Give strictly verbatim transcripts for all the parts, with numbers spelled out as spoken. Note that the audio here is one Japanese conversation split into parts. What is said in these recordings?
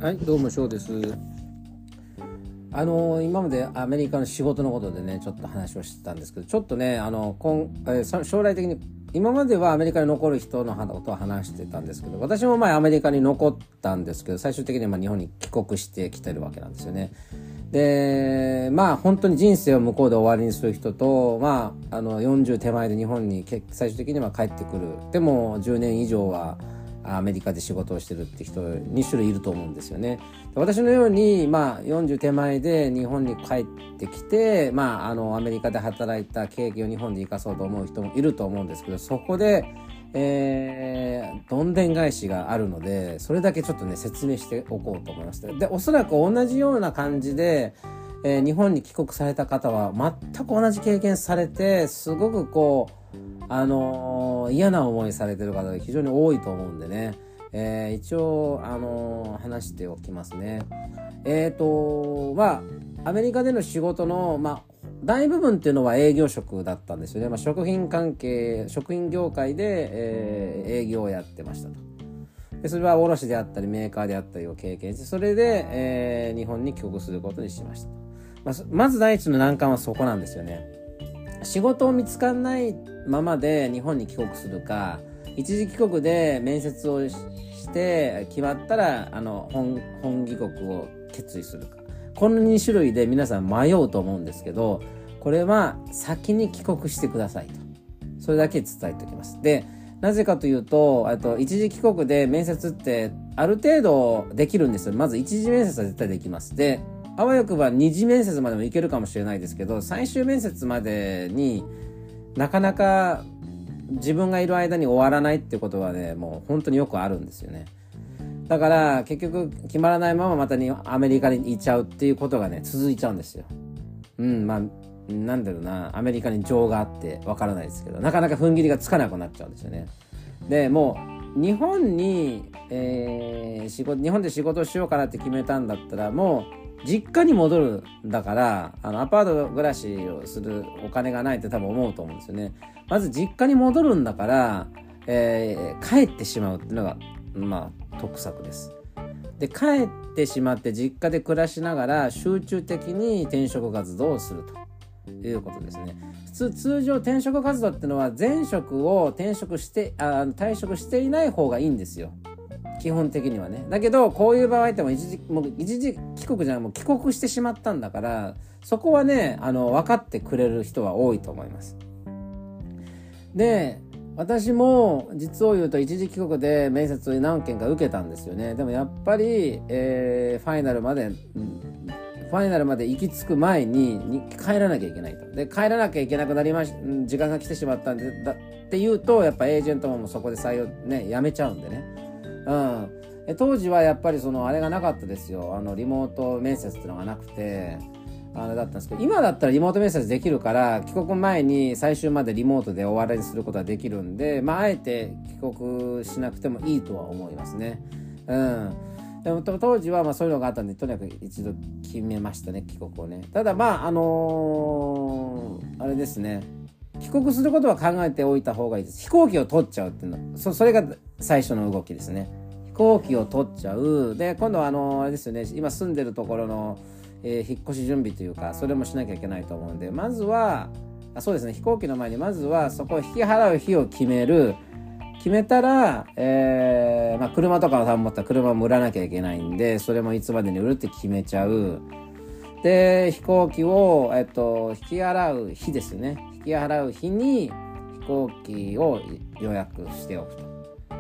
はい、どうも翔です。あの今までアメリカの仕事のことでねちょっと話をしてたんですけど、ちょっとねあの今、えー、将来的に今まではアメリカに残る人のことを話してたんですけど、私も前アメリカに残ったんですけど、最終的には日本に帰国してきてるわけなんですよね。でまあ本当に人生を向こうで終わりにする人と、まあ、あのよんじゅう手前で日本に最終的には帰ってくる、でもじゅうねん以上はアメリカで仕事をしてるって人に種類いると思うんですよね。私のように、まあ、よんじゅう手前で日本に帰ってきて、まあ、あのアメリカで働いた経験を日本で生かそうと思う人もいると思うんですけど、そこで、えー、どんでん返しがあるので、それだけちょっとね説明しておこうと思いました。でおそらく同じような感じで、えー、日本に帰国された方は全く同じ経験されて、すごくこうあのー、嫌な思いされてる方が非常に多いと思うんでね、えー、一応、あのー、話しておきますね。えーとまあアメリカでの仕事の、まあ、大部分っていうのは営業職だったんですよね。まあ、食品関係食品業界で、えー、営業をやってましたと。でそれは卸であったりメーカーであったりを経験して、それで、えー、日本に帰国することにしました。まあ、まず第一の難関はそこなんですよね。仕事を見つからないままで日本に帰国するか、一時帰国で面接をして決まったらあの 本, 本帰国を決意するか、このに種類で皆さん迷うと思うんですけど、これは先に帰国してくださいと、それだけ伝えておきます。でなぜかというと、あと一時帰国で面接ってある程度できるんですよ。まず一次面接は絶対できます。であわよくば二次面接までもいけるかもしれないですけど、最終面接までになかなか自分がいる間に終わらないってことはね、もう本当によくあるんですよね。だから結局決まらないまままたにアメリカに行っちゃうっていうことがね続いちゃうんですよ。うんまあなんだろうな、アメリカに情があってわからないですけど、なかなか踏ん切りがつかなくなっちゃうんですよね。でもう日本に、えー、仕事日本で仕事をしようかなって決めたんだったら、もう実家に戻るんだから、あのアパート暮らしをするお金がないって多分思うと思うんですよね。まず実家に戻るんだから、えー、帰ってしまうっていうのがまあ得策です。で帰ってしまって実家で暮らしながら集中的に転職活動をするということですね。普通通常転職活動っていうのは前職を転職してあ退職していない方がいいんですよ、基本的にはね。だけどこういう場合っても一時もう一時帰国じゃない、もう帰国してしまったんだから、そこはねあの分かってくれる人は多いと思います。で私も実を言うと一時帰国で面接を何件か受けたんですよね。でもやっぱり、えー、ファイナルまで、うん、ファイナルまで行き着く前にに帰らなきゃいけないと。で帰らなきゃいけなくなりまし時間が来てしまったんでだっていうと、やっぱエージェントもそこで採用ねやめちゃうんでね。うん、え当時はやっぱりそのあれがなかったですよ、あのリモート面接っていうのがなくて、あれだったんですけど、今だったらリモート面接できるから、帰国前に最終までリモートで終わりにすることはできるんで、まああえて帰国しなくてもいいとは思いますね。うんでも当時はまあそういうのがあったんで、とにかく一度決めましたね、帰国をね。ただまああのー、あれですね、帰国することは考えておいた方がいいです。飛行機を取っちゃうっていうの、 そ, それが最初の動きですね。飛行機を取っちゃう。で今度はあのー、あれですよね、今住んでるところの、えー、引っ越し準備というか、それもしなきゃいけないと思うんで、まずはあそうですね、飛行機の前にまずはそこを引き払う日を決める。決めたら、えーまあ、車とかを持ったら車も売らなきゃいけないんで、それもいつまでに売るって決めちゃう。で飛行機を、えっと、引き払う日ですよね。引き払う日に飛行機を予約しておくと。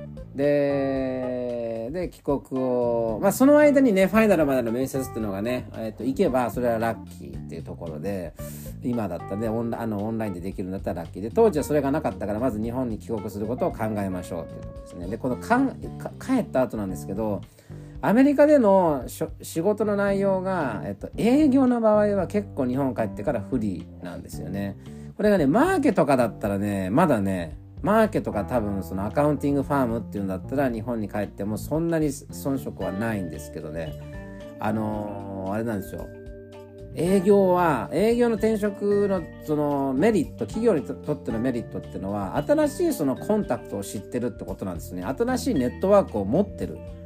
でで帰国を、まあ、その間にねファイナルまでの面接っていうのがね、えっと、行けばそれはラッキーっていうところで、今だったらねオンラ、あのオンラインでできるんだったらラッキーで、当時はそれがなかったから、まず日本に帰国することを考えましょうっていうところですね。でこのかんか帰った後なんですけど、アメリカでの仕事の内容が、えっと、営業の場合は結構日本帰ってから不利なんですよね。これがねマーケとかだったらねまだね、マーケとか多分そのアカウンティングファームっていうんだったら日本に帰ってもそんなに遜色はないんですけどね、あのー、あれなんですよ、営業は営業の転職のそのメリット、企業にとってのメリットっていうのは新しいそのコンタクトを知ってるってことなんですね。新しいネットワークを持ってる。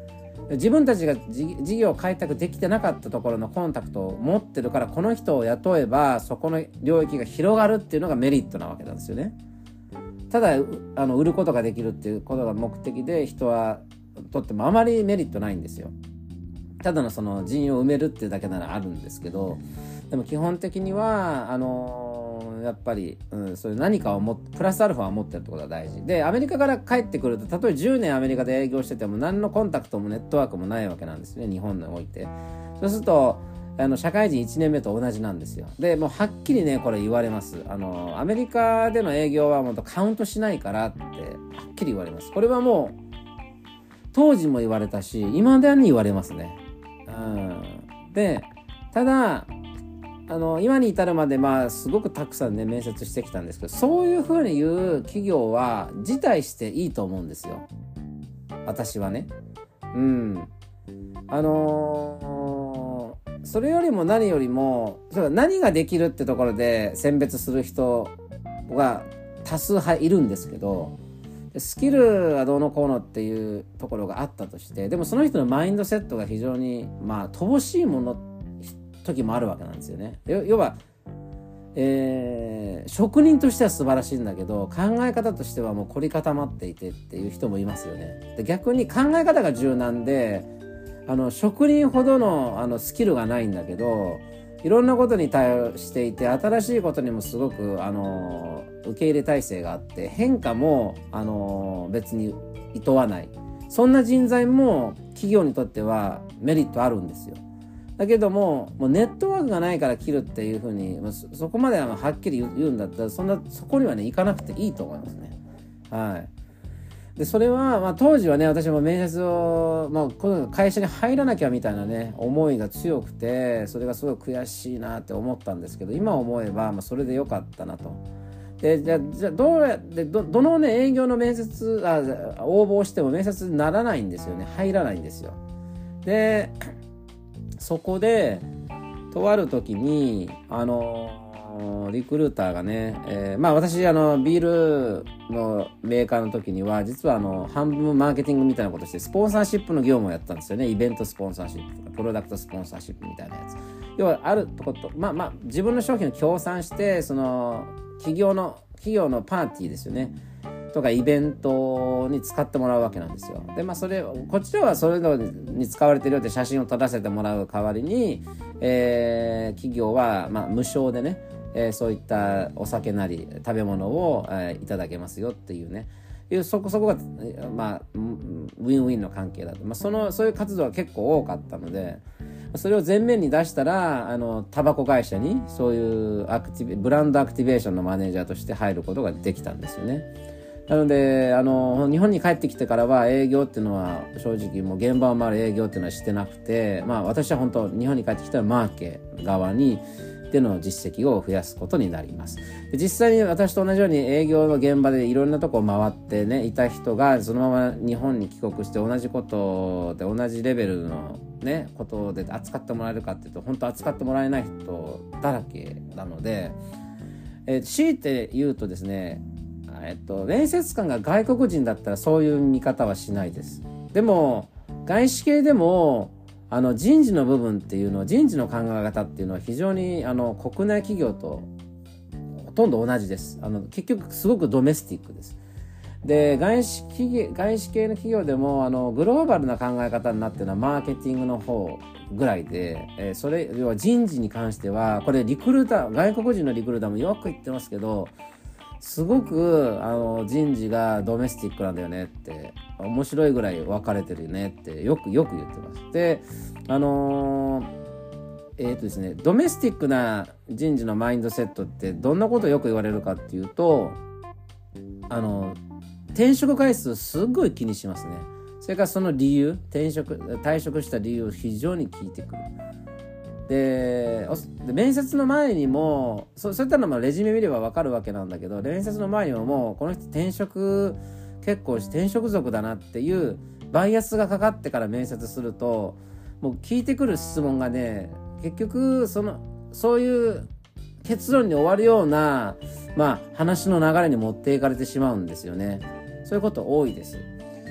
自分たちが事業を開拓できてなかったところのコンタクトを持ってるから、この人を雇えばそこの領域が広がるっていうのがメリットなわけなんですよね。ただあの売ることができるっていうことが目的で人はとってもあまりメリットないんですよ。ただのその人員を埋めるっていうだけならあるんですけど、でも基本的にはあのやっぱり、うん、そういう何かをもプラスアルファを持ってるってことが大事で、アメリカから帰ってくると、たとえじゅうねんアメリカで営業してても何のコンタクトもネットワークもないわけなんですね、日本において。そうするとあの社会人いちねんめと同じなんですよ。でもうはっきりねこれ言われます。あのアメリカでの営業はもうカウントしないからってはっきり言われます。これはもう当時も言われたし今でに言われますね。うん、でただあの今に至るまでまあすごくたくさんね面接してきたんですけど、そういうふうに言う企業は辞退していいと思うんですよ、私はね。うんあのー、それよりも何よりも何ができるってところで選別する人が多数派いるんですけど、スキルはどうのこうのっていうところがあったとして、でもその人のマインドセットが非常にまあ乏しいもの時もあるわけなんですよね。要は、えー、職人としては素晴らしいんだけど考え方としてはもう凝り固まっていてっていう人もいますよね。で逆に考え方が柔軟であの職人ほど の, あのスキルがないんだけどいろんなことに対応していて新しいことにもすごくあの受け入れ体制があって変化もあの別に厭わない、そんな人材も企業にとってはメリットあるんですよ。だけども、もうネットワークがないから切るっていうふうに そ, そこまでははっきり言うんだったらそんなそこにはね行かなくていいと思いますね。はい。でそれは、まあ、当時はね私も面接を、まあ、この会社に入らなきゃみたいなね思いが強くてそれがすごい悔しいなって思ったんですけど、今思えば、まあ、それでよかったなと。でじゃあじゃあどうやってどどのね営業の面接あ応募しても面接にならないんですよね、入らないんですよ。でそこでとある時にあのリクルーターがね、えー、まあ私あのビールのメーカーの時には実はあの半分マーケティングみたいなことしてスポンサーシップの業務をやったんですよね。イベントスポンサーシップとかプロダクトスポンサーシップみたいなやつ。要はあるとことまあまあ自分の商品を協賛してその企業の企業のパーティーですよねとかイベントに使ってもらうわけなんですよ。でまあそれこっちではそれに使われてるよって写真を撮らせてもらう代わりに、えー、企業はまあ無償でね、えー、そういったお酒なり食べ物を、えー、いただけますよっていうねいうそこそこがまあウィンウィンの関係だと、まあ、そのそういう活動は結構多かったので。それを前面に出したらあのタバコ会社にそういうアクティブブランドアクティベーションのマネージャーとして入ることができたんですよね。なのであの日本に帰ってきてからは営業っていうのは正直もう現場を回る営業っていうのはしてなくて、まあ私は本当日本に帰ってきたらマーケ側にでの実績を増やすことになります。で実際に私と同じように営業の現場でいろんなとこを回ってねいた人がそのまま日本に帰国して同じことで同じレベルのねことで扱ってもらえるかっていうと本当扱ってもらえない人だらけなので、えー、強いて言うとですね、えっと面接官が外国人だったらそういう見方はしないです。でも外資系でもあの人事の部分っていうのは人事の考え方っていうのは非常にあの国内企業とほとんど同じです。あの結局すごくドメスティックです。で外資企業外資系の企業でもあのグローバルな考え方になってるのはマーケティングの方ぐらいで、えー、それ要は人事に関してはこれリクルーター外国人のリクルーターもよく言ってますけどすごくあの人事がドメスティックなんだよねって面白いぐらい分かれてるよねってよくよく言ってます。であのー、えーとですねドメスティックな人事のマインドセットってどんなことをよく言われるかっていうとあの転職回数すっごい気にしますね。それからその理由転職退職した理由を非常に聞いてくる。で面接の前にも そ, そういったのもレジュメ見れば分かるわけなんだけど面接の前にももうこの人転職結構し転職族だなっていうバイアスがかかってから面接するともう聞いてくる質問がね結局そのそういう結論に終わるような、まあ、話の流れに持っていかれてしまうんですよね。そういうこと多いです。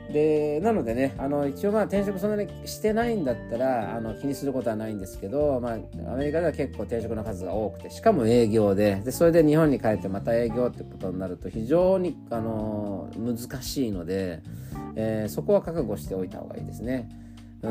でなのでね、あの一応まあ転職そんなにしてないんだったらあの気にすることはないんですけど、まあ、アメリカでは結構転職の数が多くて、しかも営業で、でそれで日本に帰ってまた営業ってことになると非常にあの難しいので、えー、そこは覚悟しておいた方がいいですね。うん、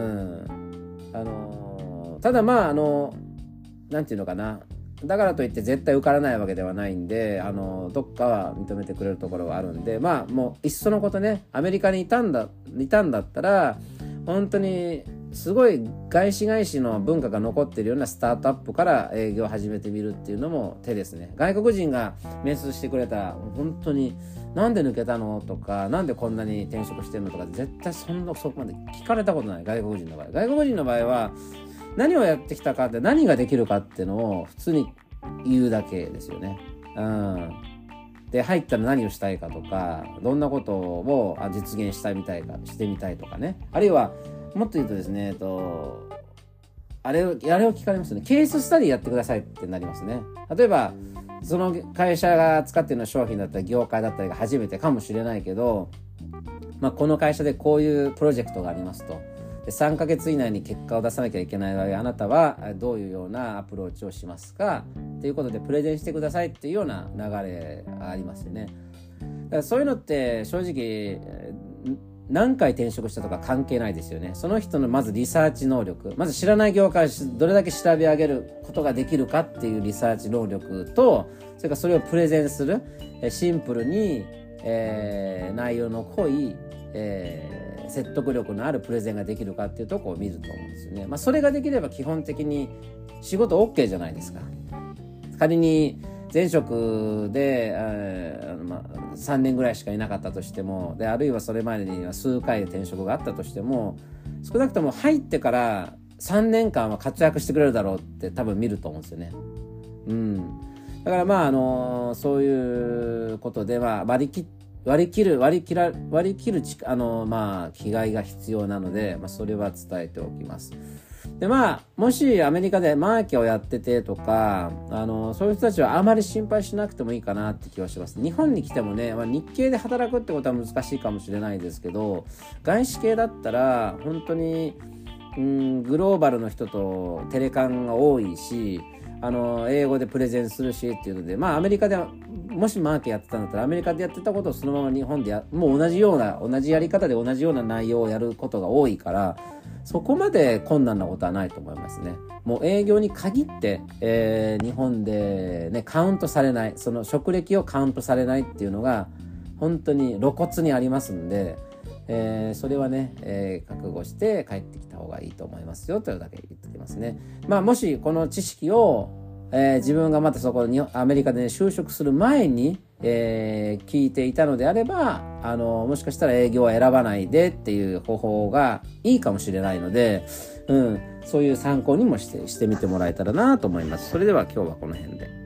あのただまああのなんていうのかな、だからといって絶対受からないわけではないんで、あのどっかは認めてくれるところがあるんで、まあもういっそのことね、アメリカにいたんだいたんだったら本当にすごい外資外資の文化が残っているようなスタートアップから営業を始めてみるっていうのも手ですね。外国人が面接してくれたら本当になんで抜けたのとか、なんでこんなに転職してるのとか絶対そんなそこまで聞かれたことない。外国人の場合外国人の場合は何をやってきたかって、何ができるかっていうのを普通に言うだけですよね。うん。で入ったら何をしたいかとか、どんなことを実現したいみたいかしてみたいとかね。あるいはもっと言うとですね、えっとあれをあれを聞かれますね。ケーススタディやってくださいってなりますね。例えばその会社が使っているの商品だったり業界だったりが初めてかもしれないけど、まあ、この会社でこういうプロジェクトがありますと。でさんかげつ以内に結果を出さなきゃいけない場合、あなたはどういうようなアプローチをしますかっていうことでプレゼンしてくださいっていうような流れがありますよね。だからそういうのって正直何回転職したとか関係ないですよね。その人のまずリサーチ能力、まず知らない業界をどれだけ調べ上げることができるかっていうリサーチ能力と、それからそれをプレゼンするシンプルに、えー、内容の濃い、えー説得力のあるプレゼンができるかっていうところを見ると思うんですよね。まあ、それができれば基本的に仕事 OK じゃないですか。仮に前職で、えーまあ、さんねんぐらいしかいなかったとしても、であるいはそれまでには数回転職があったとしても、少なくとも入ってからさんねんかんは活躍してくれるだろうって多分見ると思うんですよね。うん、だからまああのそういうことで、まあ、割り切って割り切る割り切ら割り切るあのまあ気概が必要なので、まあ、それは伝えておきます。でまあもしアメリカでマーケをやっててとか、あのそういう人たちはあまり心配しなくてもいいかなって気はします。日本に来てもね、まあ、日系で働くってことは難しいかもしれないですけど、外資系だったら本当にうんグローバルの人とテレカンが多いし、あの英語でプレゼンするしっていうので、まあアメリカでもしマーケやってたんだったらアメリカでやってたことをそのまま日本でやもう同じような同じやり方で同じような内容をやることが多いから、そこまで困難なことはないと思いますね。もう営業に限って、えー、日本でねカウントされない、その職歴をカウントされないっていうのが本当に露骨にありますんで、えー、それはね、えー、覚悟して帰ってきた方がいいと思いますよというだけ言っておきますね。まあもしこの知識を、えー、自分がまたそこにアメリカで、ね、就職する前に、えー、聞いていたのであれば、あのもしかしたら営業は選ばないでっていう方法がいいかもしれないので、うん、そういう参考にもしてしてみてもらえたらなと思います。それでは今日はこの辺で。